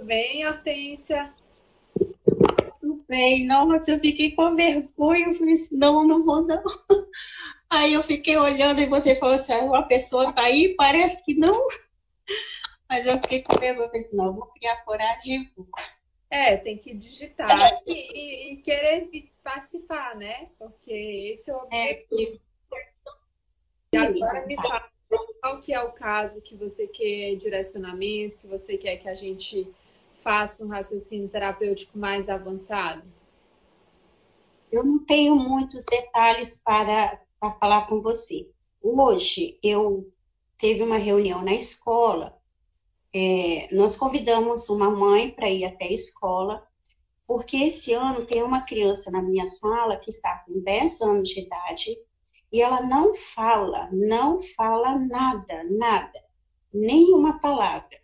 bem, Hortência? Tudo bem, nossa, eu fiquei com vergonha, eu falei assim, não, não vou não. Aí eu fiquei olhando e você falou assim, "Ah, uma pessoa tá aí, parece que não, mas eu fiquei com vergonha, eu falei assim, não, eu vou criar coragem. É, tem que digitar e querer participar, né? Porque esse é o É, objetivo. E agora me fala qual que é o caso que você quer direcionamento, que você quer que a gente faça um raciocínio terapêutico mais avançado. eu não tenho muitos detalhes para falar com você. Hoje eu teve uma reunião na escola, nós convidamos uma mãe para ir até a escola, porque esse ano tem uma criança na minha sala que está com 10 anos de idade e ela não fala nada, nada, nenhuma palavra.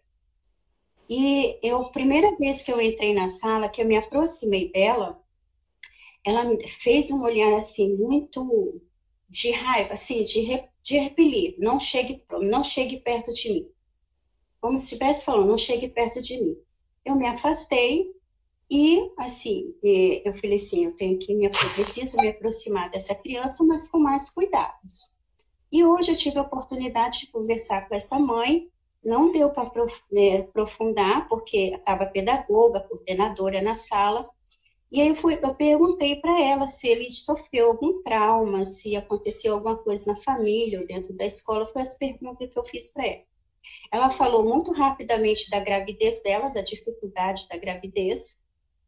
E eu, primeira vez que eu entrei na sala, que eu me aproximei dela, ela me fez um olhar assim, muito de raiva, assim, de repelir, não chegue perto de mim. Como se estivesse falando, não chegue perto de mim. Eu me afastei. E, assim, eu falei assim, eu preciso me aproximar dessa criança, mas com mais cuidados. E hoje eu tive a oportunidade de conversar com essa mãe, não deu para aprofundar, porque estava pedagoga, coordenadora na sala, e aí eu perguntei para ela se ele sofreu algum trauma, se aconteceu alguma coisa na família ou dentro da escola, foi essa pergunta que eu fiz para ela. Ela falou muito rapidamente da gravidez dela, da dificuldade da gravidez,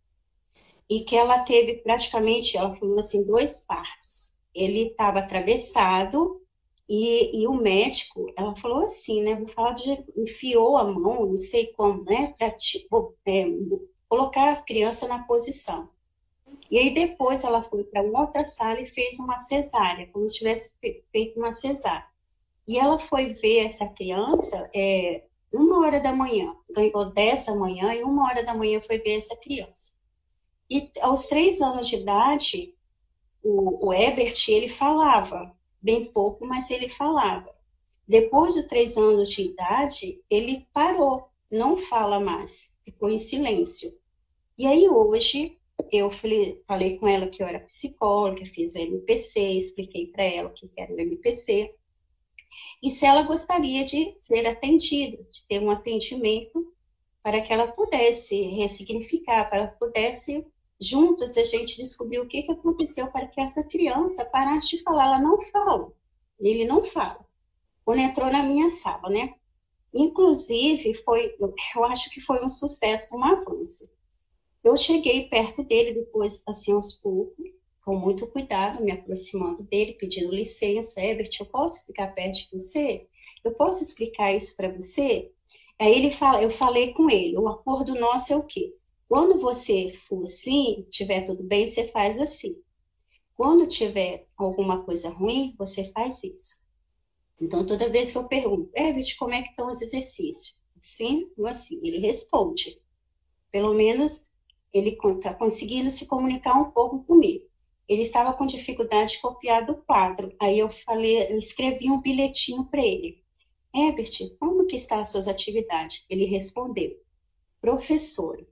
e que ela teve praticamente, ela falou assim, dois partos. Ele estava atravessado e o médico, ela falou assim, né? Vou falar de enfiou a mão, não sei como, né? Para tipo, colocar a criança na posição. E aí depois ela foi para uma outra sala e fez uma cesárea, como se tivesse feito uma cesárea. E ela foi ver essa criança 1 hora da manhã, ganhou 10 da manhã e 1 hora da manhã foi ver essa criança. E aos 3 anos de idade, o Ebert, ele falava, bem pouco, mas ele falava. Depois de 3 anos de idade, ele parou, não fala mais, ficou em silêncio. E aí hoje, eu falei com ela que eu era psicóloga, fiz o MPC, expliquei para ela o que era o MPC, e se ela gostaria de ser atendida, de ter um atendimento para que ela pudesse ressignificar, para que ela pudesse, juntos, a gente descobrir o que aconteceu para que essa criança parasse de falar. Ela não fala, ele não fala. Quando entrou na minha sala, né? Inclusive, eu acho que foi um sucesso, um avanço. Eu cheguei perto dele depois, assim, aos poucos, com muito cuidado, me aproximando dele, pedindo licença. Herbert, eu posso ficar perto de você? Eu posso explicar isso para você? Aí eu falei com ele, o acordo nosso é o quê? Quando você for assim, tiver tudo bem, você faz assim. Quando tiver alguma coisa ruim, você faz isso. Então, toda vez que eu pergunto, Herbert, como é que estão os exercícios? Assim ou assim? Ele responde. Pelo menos ele está conseguindo se comunicar um pouco comigo. Ele estava com dificuldade de copiar do quadro. Aí eu escrevi um bilhetinho para ele. Herbert, como que estão as suas atividades? Ele respondeu, professor,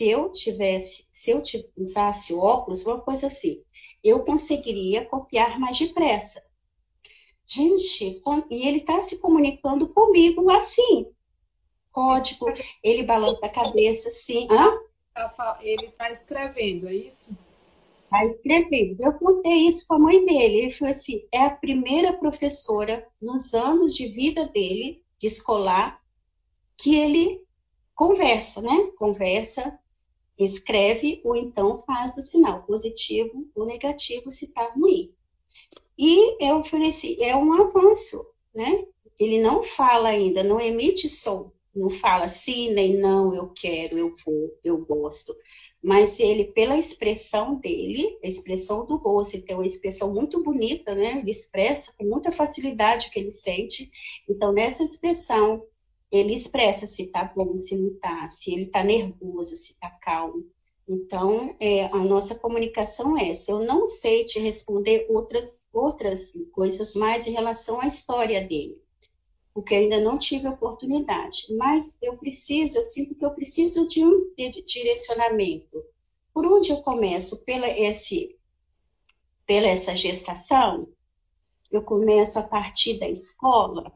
se eu usasse óculos, uma coisa assim, eu conseguiria copiar mais depressa. Gente, e ele está se comunicando comigo assim, código, ele balança a cabeça assim, hã? Ele está escrevendo, é isso? Aí escrevendo. Eu contei isso com a mãe dele. Ele falou assim: é a primeira professora nos anos de vida dele, de escolar, que ele conversa, né? Conversa, escreve ou então faz o sinal positivo ou negativo se está ruim. E eu falei assim: é um avanço, né? Ele não fala ainda, não emite som, não fala sim, nem não, eu quero, eu vou, eu gosto. Mas ele, pela expressão dele, a expressão do rosto, ele tem uma expressão muito bonita, né? Ele expressa com muita facilidade o que ele sente. Então, nessa expressão, ele expressa se tá bom, se não tá, se ele tá nervoso, se tá calmo. Então, a nossa comunicação é essa. Eu não sei te responder outras coisas mais em relação à história dele, porque eu ainda não tive oportunidade. Mas eu sinto que eu preciso de um direcionamento. Por onde eu começo? Pela essa gestação? Eu começo a partir da escola?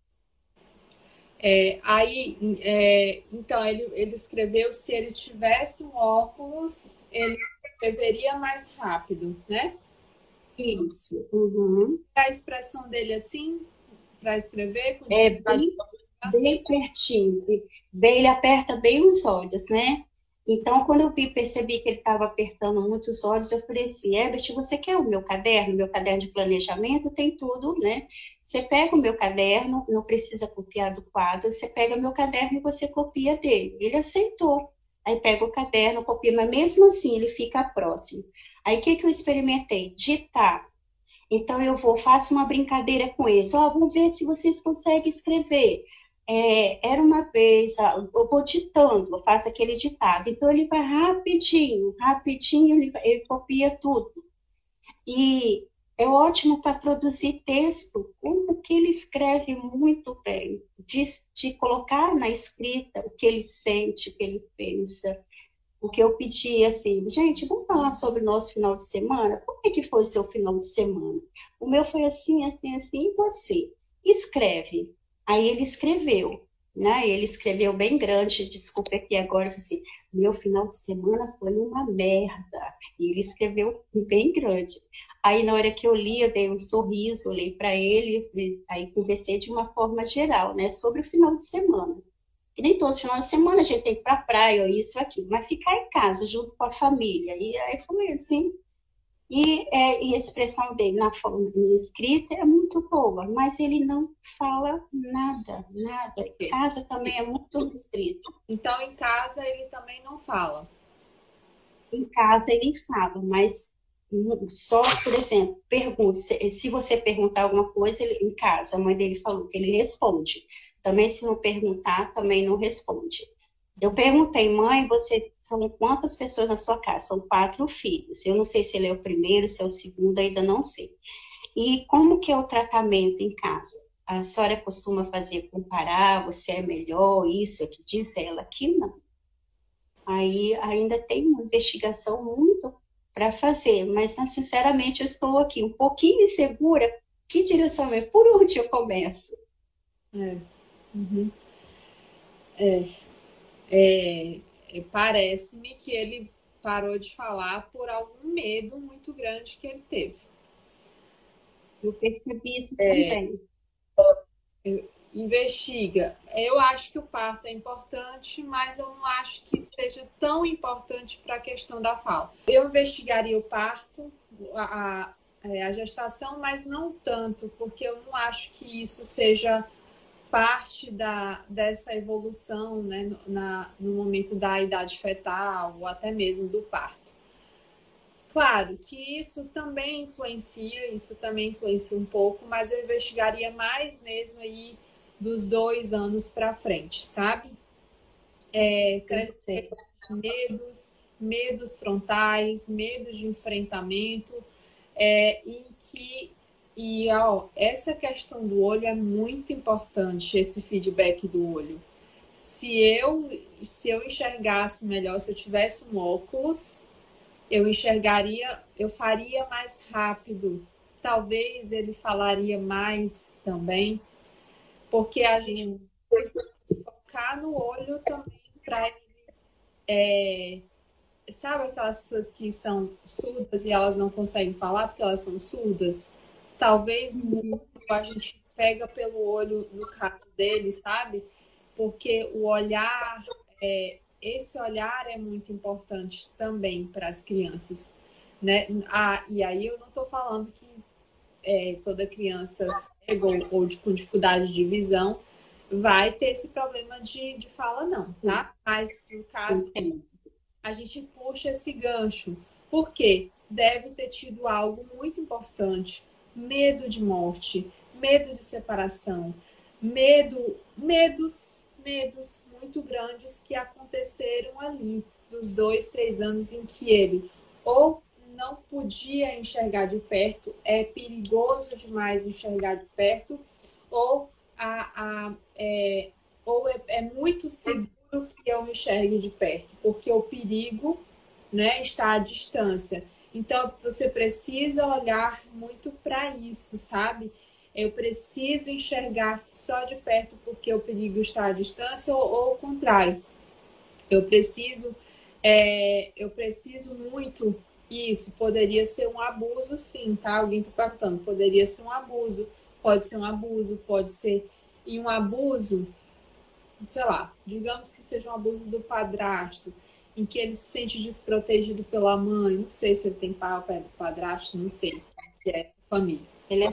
Então, ele escreveu se ele tivesse um óculos, ele escreveria mais rápido, né? Isso. Uhum. A expressão dele assim, para escrever, com É dificuldade. bem pertinho. Bem, ele aperta bem os olhos, né? Então, quando percebi que ele estava apertando muito os olhos, eu falei assim, Herbert, você quer o meu caderno? Meu caderno de planejamento tem tudo, né? Você pega o meu caderno, não precisa copiar do quadro, você pega o meu caderno e você copia dele. Ele aceitou. Aí pega o caderno, copia, mas mesmo assim ele fica próximo. Aí o que que eu experimentei? Ditar. Então eu faço uma brincadeira com eles. Ó, vamos ver se vocês conseguem escrever. Era uma vez, eu vou ditando, eu faço aquele ditado. Então ele vai rapidinho, rapidinho, ele copia tudo. E é ótimo para produzir texto, como que ele escreve muito bem, de colocar na escrita o que ele sente, o que ele pensa. O que eu pedi, assim, gente, vamos falar sobre o nosso final de semana? Como é que foi o seu final de semana? O meu foi assim, assim, assim, e você? Escreve. Aí ele escreveu, né? Ele escreveu bem grande, desculpa aqui agora, assim, meu final de semana foi uma merda. E ele escreveu bem grande. Aí, na hora que eu li, eu dei um sorriso, olhei para ele, aí conversei de uma forma geral, né, sobre o final de semana. Que nem todos os finais de semana a gente tem que ir pra praia, ou isso, aquilo, mas ficar em casa junto com a família. E aí foi assim. E a expressão dele na forma escrita é muito boa, mas ele não fala nada, nada. Em Ok. casa também é muito restrito. Então, em casa, ele também não fala. Em casa ele fala, mas só, por exemplo, pergunta, se você perguntar alguma coisa em casa, a mãe dele falou que ele responde. Também se não perguntar, também não responde. Eu perguntei, mãe, você são quantas pessoas na sua casa? São 4 filhos. Eu não sei se ele é o primeiro, se é o segundo, ainda não sei. E como que é o tratamento em casa? A senhora costuma fazer comparar, você é melhor, isso é que diz ela que não. Aí ainda tem uma investigação muito para fazer, mas sinceramente eu estou aqui um pouquinho insegura. Que direção é? Por onde eu começo? É. Uhum. Parece-me que ele parou de falar por algum medo muito grande que ele teve. Eu percebi isso também. Investiga. Eu acho que o parto é importante, mas eu não acho que seja tão importante para a questão da fala. Eu investigaria o parto, a gestação, mas não tanto, porque eu não acho que isso seja parte dessa evolução, né, no momento da idade fetal ou até mesmo do parto. Claro que isso também influencia um pouco, mas eu investigaria mais mesmo aí dos 2 anos para frente, sabe? Eu sei. Medos frontais, medos de enfrentamento, e essa questão do olho é muito importante, esse feedback do olho. Se eu enxergasse melhor, se eu tivesse um óculos, eu enxergaria, eu faria mais rápido. Talvez ele falaria mais também, porque a gente precisa focar no olho também para sabe aquelas pessoas que são surdas e elas não conseguem falar porque elas são surdas? Talvez o olho a gente pega pelo olho no caso dele, sabe? Porque esse olhar é muito importante também para as crianças, né? E aí eu não estou falando que toda criança cega ou com dificuldade de visão vai ter esse problema de fala, não, tá? Mas no caso Entendo. a gente puxa esse gancho. Por quê? Deve ter tido algo muito importante. Medo de morte, medo de separação, medos muito grandes que aconteceram ali, dos 2, 3 anos em que ele ou não podia enxergar de perto, é perigoso demais enxergar de perto, ou ou é muito seguro que eu enxergue de perto, porque o perigo, né, está à distância. Então, você precisa olhar muito para isso, sabe? Eu preciso enxergar só de perto porque o perigo está à distância, ou o contrário. Eu preciso muito. Isso poderia ser um abuso, sim, tá? Alguém está perguntando. Poderia ser um abuso, pode ser um abuso, pode ser. E um abuso, sei lá, digamos que seja um abuso do padrasto, em que ele se sente desprotegido pela mãe. Não sei se ele tem pai ou padrasto, não sei o que é essa família.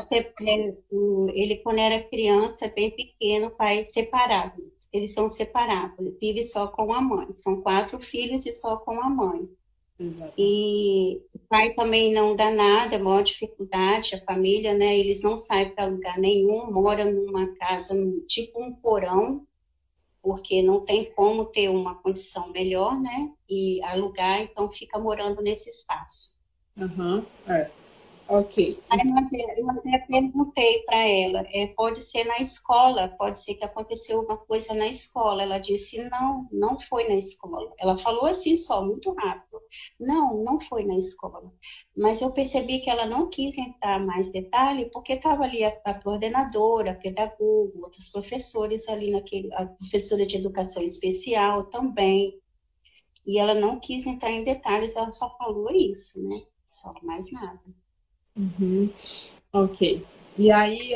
Ele, quando era criança, bem pequeno, pai separado. Eles são separados, ele vive só com a mãe. São 4 filhos e só com a mãe. Exatamente. E o pai também não dá nada, maior dificuldade, a família, né? Eles não saem para lugar nenhum, moram numa casa, tipo um porão, porque não tem como ter uma condição melhor, né? E alugar, então fica morando nesse espaço. Uhum, ok. Aí, mas eu até perguntei para ela, pode ser na escola, pode ser que aconteceu uma coisa na escola. Ela disse, não, não foi na escola. Ela falou assim só, muito rápido. Não, não foi na escola. Mas eu percebi que ela não quis entrar mais detalhe, porque estava ali a coordenadora, a pedagoga, outros professores ali a professora de educação especial também. E ela não quis entrar em detalhes, ela só falou isso, né? Só mais nada. Uhum. Ok. E aí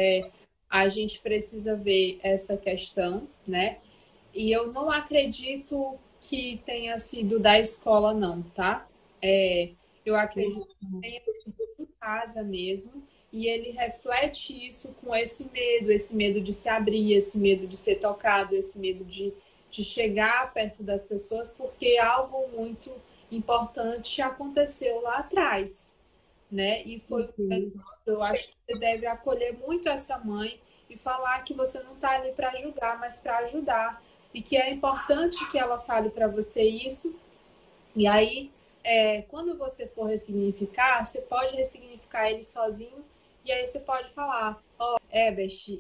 a gente precisa ver essa questão, né? E eu não acredito que tenha sido da escola, não, tá? Eu acredito que tenha sido em casa mesmo, e ele reflete isso com esse medo de se abrir, esse medo de ser tocado, esse medo de chegar perto das pessoas, porque algo muito importante aconteceu lá atrás, né? E foi, Uhum. eu acho que você deve acolher muito essa mãe e falar que você não está ali para julgar, mas para ajudar. E que é importante que ela fale para você isso. E aí, quando você for ressignificar, você pode ressignificar ele sozinho. E aí você pode falar, ó, oh, Ebert,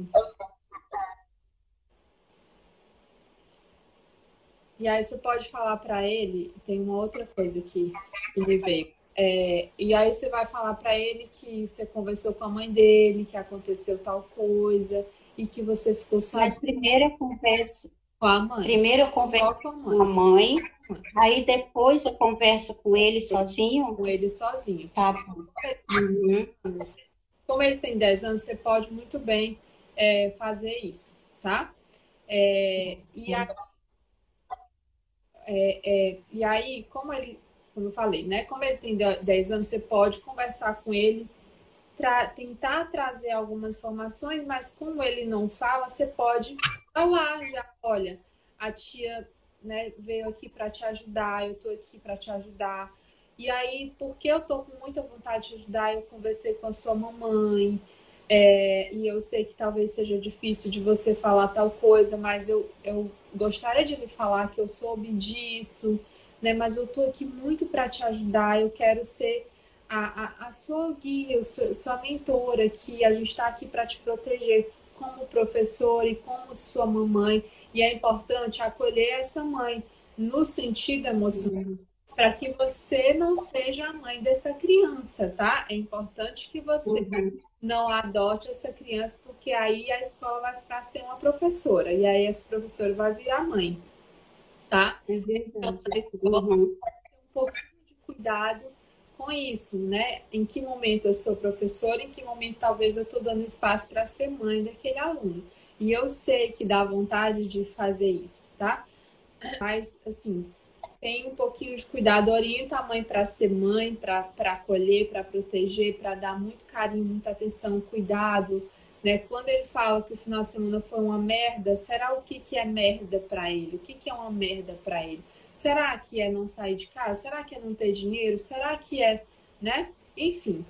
e aí você pode falar para ele, tem uma outra coisa que me veio. E aí você vai falar para ele que você conversou com a mãe dele, que aconteceu tal coisa e que você ficou sabendo Mas com a mãe. primeiro eu converso Só com a com a mãe. mãe, aí depois eu converso com ele sozinho. Com ele sozinho. Tá bom. Uhum. Como ele tem 10 anos, você pode muito bem fazer isso, tá? E E aí, como eu falei, né? Como ele tem 10 anos, você pode conversar com ele, tentar trazer algumas informações, mas como ele não fala, você pode falar já, olha, a tia, né, veio aqui para te ajudar, eu tô aqui para te ajudar. E aí, porque eu tô com muita vontade de ajudar, eu conversei com a sua mamãe, e eu sei que talvez seja difícil de você falar tal coisa, mas eu gostaria de lhe falar que eu soube disso, né? Mas eu tô aqui muito para te ajudar, eu quero ser a sua guia, sua mentora, que a gente está aqui para te proteger como professor e como sua mamãe. E é importante acolher essa mãe no sentido emocional para que você não seja a mãe dessa criança, tá? É importante que você Uhum. não adote essa criança, porque aí a escola vai ficar sem uma professora, e aí essa professora vai virar mãe, tá? É Então, verdade. a escola Uhum. tem um pouquinho de cuidado com isso, né? Em que momento eu sou professora, em que momento talvez eu estou dando espaço para ser mãe daquele aluno. E eu sei que dá vontade de fazer isso, tá? Mas, assim, tem um pouquinho de cuidado, orienta a mãe para ser mãe, para acolher, para proteger, para dar muito carinho, muita atenção, cuidado, né? Quando ele fala que o final de semana foi uma merda, será o que que é merda para ele? O que que é uma merda para ele? Será que é não sair de casa? Será que é não ter dinheiro? Será que é, né? Enfim,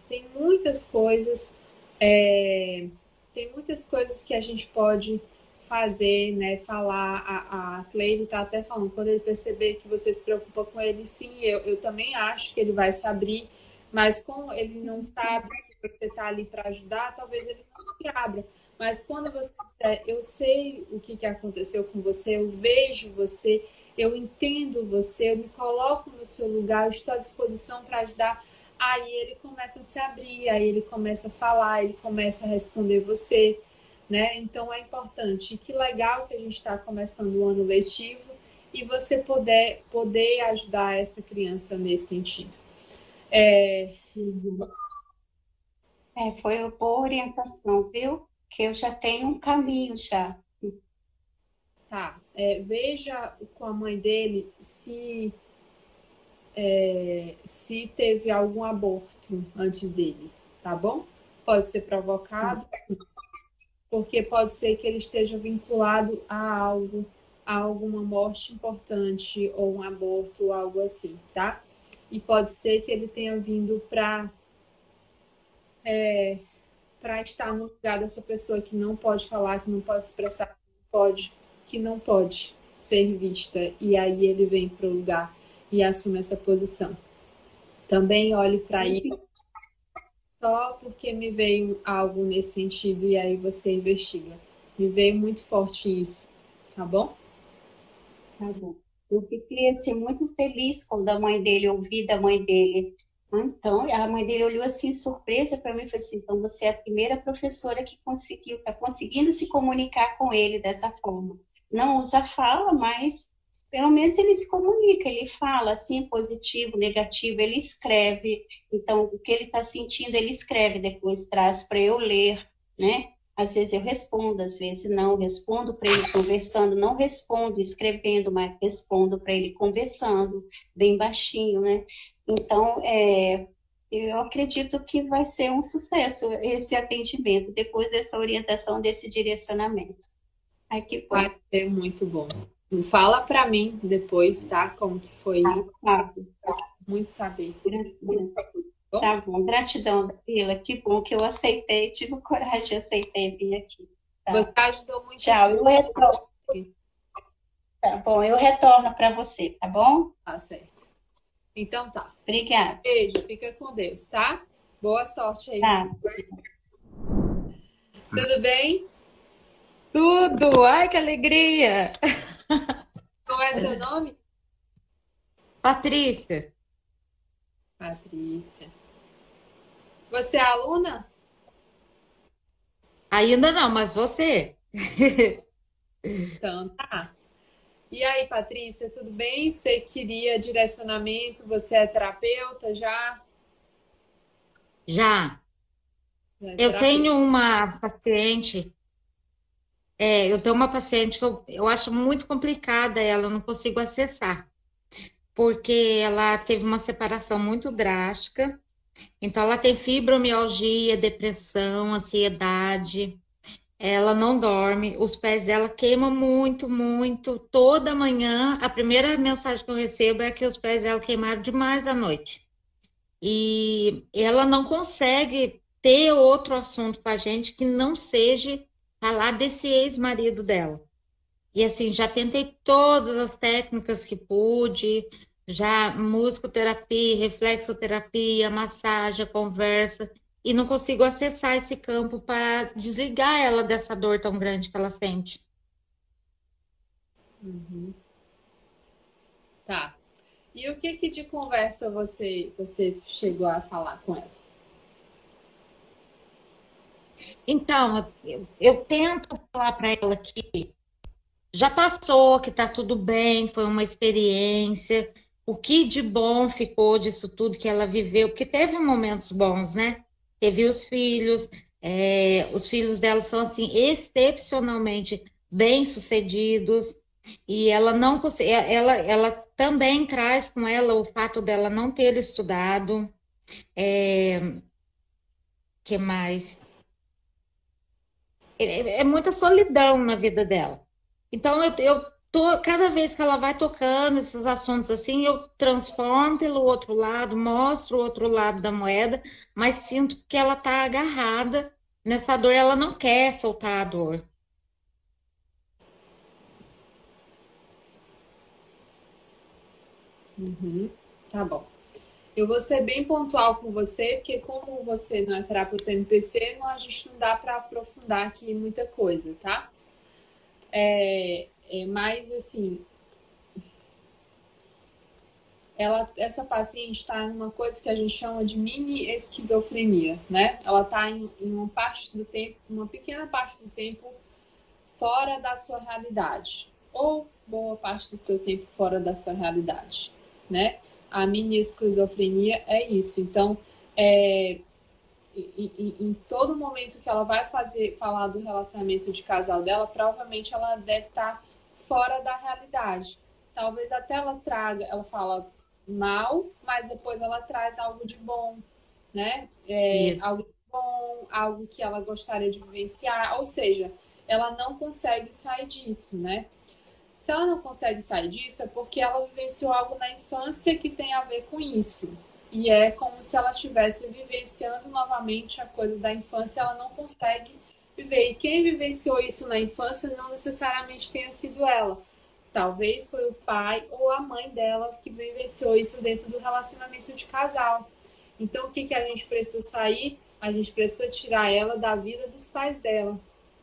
tem muitas coisas que a gente pode fazer, né, falar. A Cleide está até falando, quando ele perceber que você se preocupa com ele, sim, eu também acho que ele vai se abrir, mas como ele não sabe que você está ali para ajudar, talvez ele não se abra. Mas quando você disser, eu sei o que aconteceu com você, eu vejo você, eu entendo você, eu me coloco no seu lugar, eu estou à disposição para ajudar. Aí ele começa a se abrir, aí ele começa a falar, ele começa a responder você, né? Então é importante. Que legal que a gente está começando o ano letivo e você poder ajudar essa criança nesse sentido. Uhum. Foi uma boa orientação, viu? Que eu já tenho um caminho já. Tá. Veja com a mãe dele se teve algum aborto antes dele, tá bom? Pode ser provocado, porque pode ser que ele esteja vinculado a algo, a alguma morte importante, ou um aborto, ou algo assim, tá? E pode ser que ele tenha vindo para estar no lugar dessa pessoa que não pode falar, que não pode expressar, que não pode ser vista. E aí ele vem para o lugar e assume essa posição. Também olhe para isso só porque me veio algo nesse sentido e aí você investiga. Me veio muito forte isso, tá bom? Tá bom. Eu fiquei assim muito feliz quando a mãe dele, ouvi da mãe dele. Então, a mãe dele olhou assim, surpresa para mim, e falou assim: então você é a primeira professora que conseguiu, está conseguindo se comunicar com ele dessa forma. Não usa fala, mas pelo menos ele se comunica, ele fala assim, positivo, negativo, ele escreve. Então, o que ele está sentindo, ele escreve, depois traz para eu ler, né? Às vezes eu respondo, às vezes não, respondo para ele conversando, não respondo escrevendo, mas respondo para ele conversando, bem baixinho, né? Então, eu acredito que vai ser um sucesso esse atendimento, depois dessa orientação, desse direcionamento. Ai, que Vai bom. ser muito bom. Fala para mim depois, tá? Como que foi Tá, isso? tá, Muito saber. Bom, tá bom. Gratidão, Dalila. Que bom que eu aceitei, tive coragem, aceitei vir aqui. você Tá. ajudou muito. Tchau. Eu retorno, tá bom? Eu retorno para você, tá bom? Tá certo. Então tá. Obrigada. Beijo, fica com Deus, tá? Boa sorte aí. Tá. Tudo bem? Tudo! Ai, que alegria! Qual é seu nome? Patrícia, Patrícia. Você é aluna? ainda não, mas você? Então tá. E aí, Patrícia, tudo bem? Você queria direcionamento? Você é terapeuta já? Já. Já é Eu terapeuta. tenho uma paciente, eu tenho uma paciente que eu acho muito complicada ela, eu não consigo acessar, porque ela teve uma separação muito drástica, então ela tem fibromialgia, depressão, ansiedade, ela não dorme, os pés dela queimam muito, muito. Toda manhã, a primeira mensagem que eu recebo é que os pés dela queimaram demais à noite. E ela não consegue ter outro assunto com a gente que não seja falar desse ex-marido dela. E assim, já tentei todas as técnicas que pude, já musicoterapia, reflexoterapia, massagem, conversa, e não consigo acessar esse campo para desligar ela dessa dor tão grande que ela sente. Uhum. Tá. E o que de conversa você chegou a falar com ela? Então, eu tento falar para ela que já passou, que tá tudo bem, foi uma experiência. O que de bom ficou disso tudo que ela viveu? Porque teve momentos bons, né? Teve os filhos dela são assim excepcionalmente bem-sucedidos e ela não consegue, ela também traz com ela o fato dela não ter estudado. Que mais? É muita solidão na vida dela. Então, cada vez que ela vai tocando esses assuntos assim, eu transformo pelo outro lado, mostro o outro lado da moeda, mas sinto que ela está agarrada nessa dor, ela não quer soltar a dor. Uhum. Tá bom. Eu vou ser bem pontual com você, porque como você não é terapeuta MPC, a gente não dá para aprofundar aqui muita coisa, tá? Mas, assim, essa paciente está em uma coisa que a gente chama de mini esquizofrenia, né? Ela está em uma parte do tempo, uma pequena parte do tempo fora da sua realidade, ou boa parte do seu tempo fora da sua realidade, né? A mini esquizofrenia é isso. Então, em todo momento que ela vai falar do relacionamento de casal dela, provavelmente ela deve estar fora da realidade. Talvez até ela fala mal, mas depois ela traz algo de bom, né? Isso. Algo de bom, algo que ela gostaria de vivenciar, ou seja, ela não consegue sair disso, né? Se ela não consegue sair disso, é porque ela vivenciou algo na infância que tem a ver com isso. E é como se ela estivesse vivenciando novamente a coisa da infância, ela não consegue viver. E quem vivenciou isso na infância não necessariamente tenha sido ela. Talvez foi o pai ou a mãe dela que vivenciou isso dentro do relacionamento de casal. Então, o que, que a gente precisa sair? A gente precisa tirar ela da vida dos pais dela,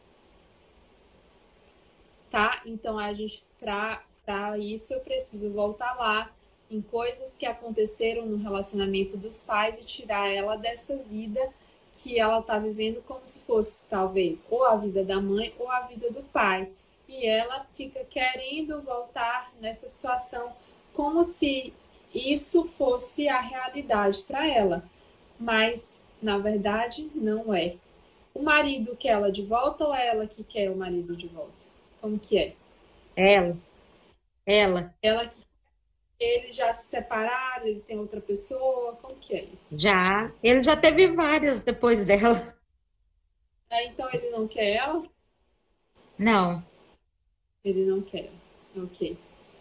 tá? Então, a gente, para isso, eu preciso voltar lá em coisas que aconteceram no relacionamento dos pais e tirar ela dessa vida que ela está vivendo como se fosse, talvez, ou a vida da mãe ou a vida do pai. E ela fica querendo voltar nessa situação como se isso fosse a realidade para ela. Mas, na verdade, não é. O marido quer ela de volta ou é ela que quer o marido de volta? Como que é? Ela, ela Ela que ele já se separaram, ele tem outra pessoa, como que é isso? já, ele já teve várias depois dela. Então ele não quer ela? Não, Ele não quer. Ok.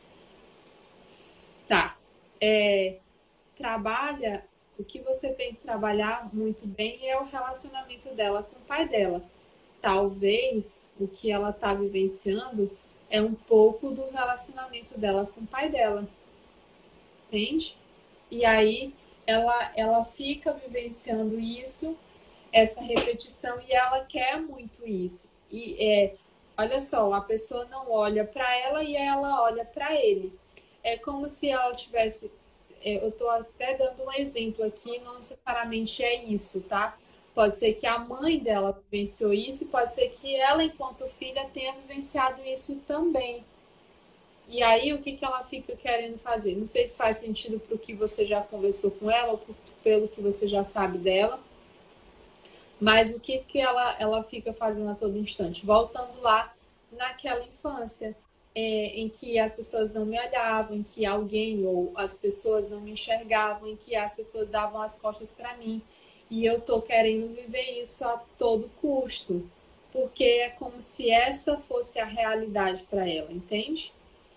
Tá. Trabalha, o que você tem que trabalhar muito bem é o relacionamento dela com o pai dela. Talvez o que ela tá vivenciando é um pouco do relacionamento dela com o pai dela, entende? E aí ela fica vivenciando isso, essa repetição, e ela quer muito isso. Olha só, a pessoa não olha para ela e ela olha para ele. É como se ela tivesse. Eu estou até dando um exemplo aqui, não necessariamente é isso, tá? Pode ser que a mãe dela vivenciou isso, e pode ser que ela, enquanto filha, tenha vivenciado isso também. E aí, o que, que ela fica querendo fazer? Não sei se faz sentido para o que você já conversou com ela ou pelo que você já sabe dela, mas o que, que ela fica fazendo a todo instante? Voltando lá naquela infância, em que as pessoas não me olhavam, em que alguém ou as pessoas não me enxergavam, em que as pessoas davam as costas para mim. E eu tô querendo viver isso a todo custo, porque é como se essa fosse a realidade para ela, entende?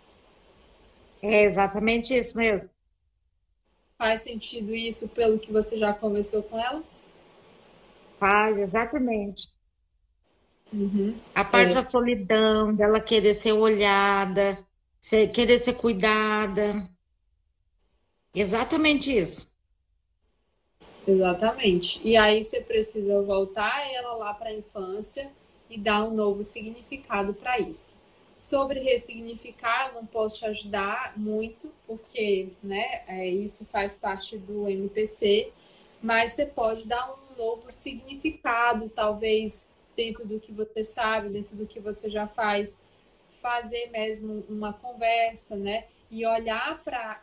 é exatamente isso mesmo. Faz sentido isso pelo que você já conversou com ela? Faz, exatamente. Uhum. A parte É, da solidão, dela querer ser olhada, querer ser cuidada. Exatamente isso. exatamente. E aí você precisa voltar ela lá para a infância e dar um novo significado para isso. Sobre ressignificar, eu não posso te ajudar muito, porque né, isso faz parte do MPC, mas você pode dar um novo significado, talvez dentro do que você sabe, dentro do que você já faz, fazer mesmo uma conversa, né? E olhar para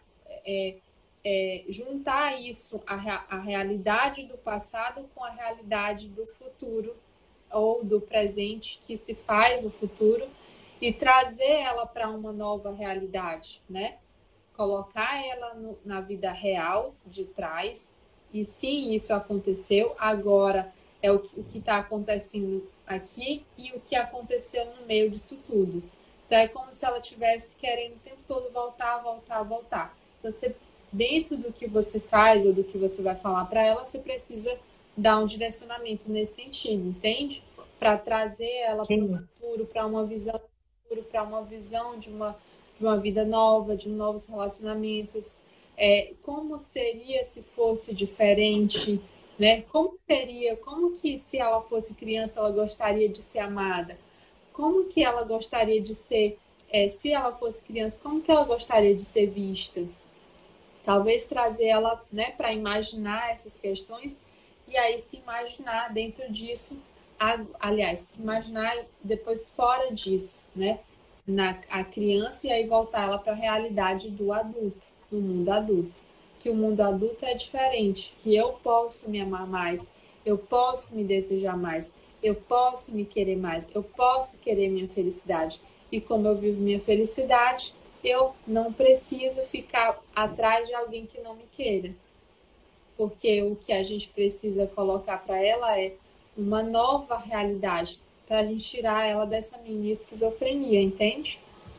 juntar isso, a realidade do passado com a realidade do futuro ou do presente que se faz o futuro e trazer ela para uma nova realidade, né? Colocar ela na vida real de trás e sim, isso aconteceu, agora é o que está acontecendo aqui e o que aconteceu no meio disso tudo. Então é como se ela estivesse querendo o tempo todo voltar, voltar, voltar. Então, você, dentro do que você faz ou do que você vai falar para ela, você precisa dar um direcionamento nesse sentido, entende? Para trazer ela para o Sim. futuro, para uma visão de uma vida nova, de novos relacionamentos, como seria se fosse diferente, né? Como seria, como que se ela fosse criança ela gostaria de ser amada? Como que ela gostaria de ser, se ela fosse criança, como que ela gostaria de ser vista? Talvez trazer ela, né, para imaginar essas questões e aí se imaginar dentro disso, aliás, se imaginar depois fora disso, né? A criança e aí voltar ela para a realidade do adulto, no mundo adulto. Que o mundo adulto é diferente, que eu posso me amar mais, eu posso me desejar mais, eu posso me querer mais, eu posso querer minha felicidade. E como eu vivo minha felicidade, eu não preciso ficar atrás de alguém que não me queira. Porque o que a gente precisa colocar para ela é uma nova realidade, para a gente tirar ela dessa mini esquizofrenia, entende?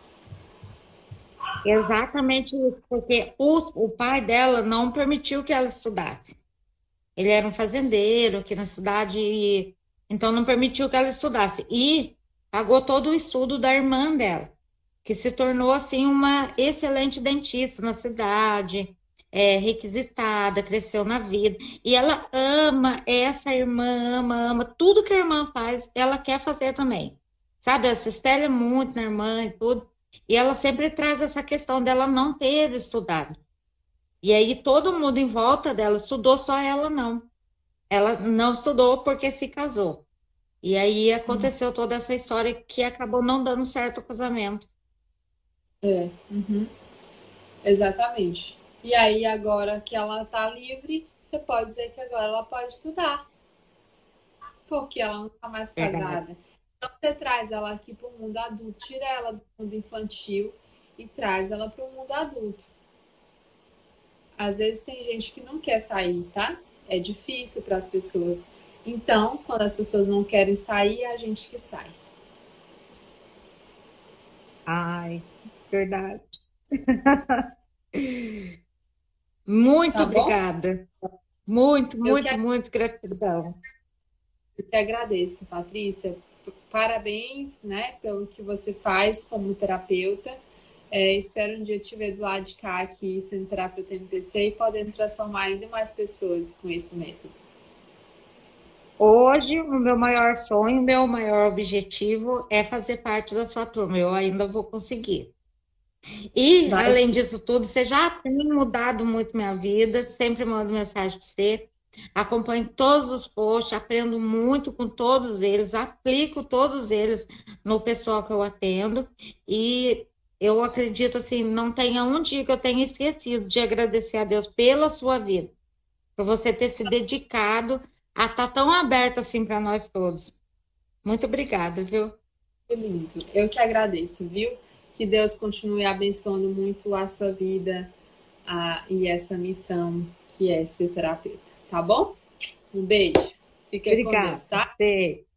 Exatamente isso, porque o pai dela não permitiu que ela estudasse. Ele era um fazendeiro aqui na cidade, então não permitiu que ela estudasse. E pagou todo o estudo da irmã dela, que se tornou assim uma excelente dentista na cidade, requisitada, cresceu na vida. E ela ama essa irmã, ama tudo que a irmã faz, ela quer fazer também. Sabe, ela se espelha muito na irmã e tudo. E ela sempre traz essa questão dela não ter estudado. E aí todo mundo em volta dela estudou, só ela não. Ela não estudou porque se casou. E aí aconteceu toda essa história que acabou não dando certo o casamento. Uhum, exatamente. E aí, agora que ela está livre, você pode dizer que agora ela pode estudar, porque ela não está mais Verdade. casada. Então, você traz ela aqui para o mundo adulto, tira ela do mundo infantil e traz ela para o mundo adulto. Às vezes tem gente que não quer sair, tá? É difícil para as pessoas. Então, quando as pessoas não querem sair, é a gente que sai. Ai, verdade. Muito Tá bom? obrigada. Muito, Eu que, muito, muito gratidão. eu que agradeço, Patrícia. Parabéns, né, pelo que você faz como terapeuta. Espero um dia te ver do lado de cá aqui, sendo terapeuta MPC e podendo transformar ainda mais pessoas com esse método. Hoje, o meu maior sonho, o meu maior objetivo é fazer parte da sua turma. Eu ainda vou conseguir. E, Vai além sim. disso tudo, você já tem mudado muito minha vida. Sempre mando mensagem para você. Acompanho todos os posts, aprendo muito com todos eles, aplico todos eles no pessoal que eu atendo. E eu acredito assim, não tenha um dia que eu tenha esquecido de agradecer a Deus pela sua vida, por você ter se dedicado a estar tão aberto assim para nós todos. Muito obrigada, viu? Que lindo. Eu que agradeço, viu? Que Deus continue abençoando muito a sua vida e essa missão que é ser terapeuta. Tá bom? Um beijo. Fica com Deus, Obrigada. tá? Beijo.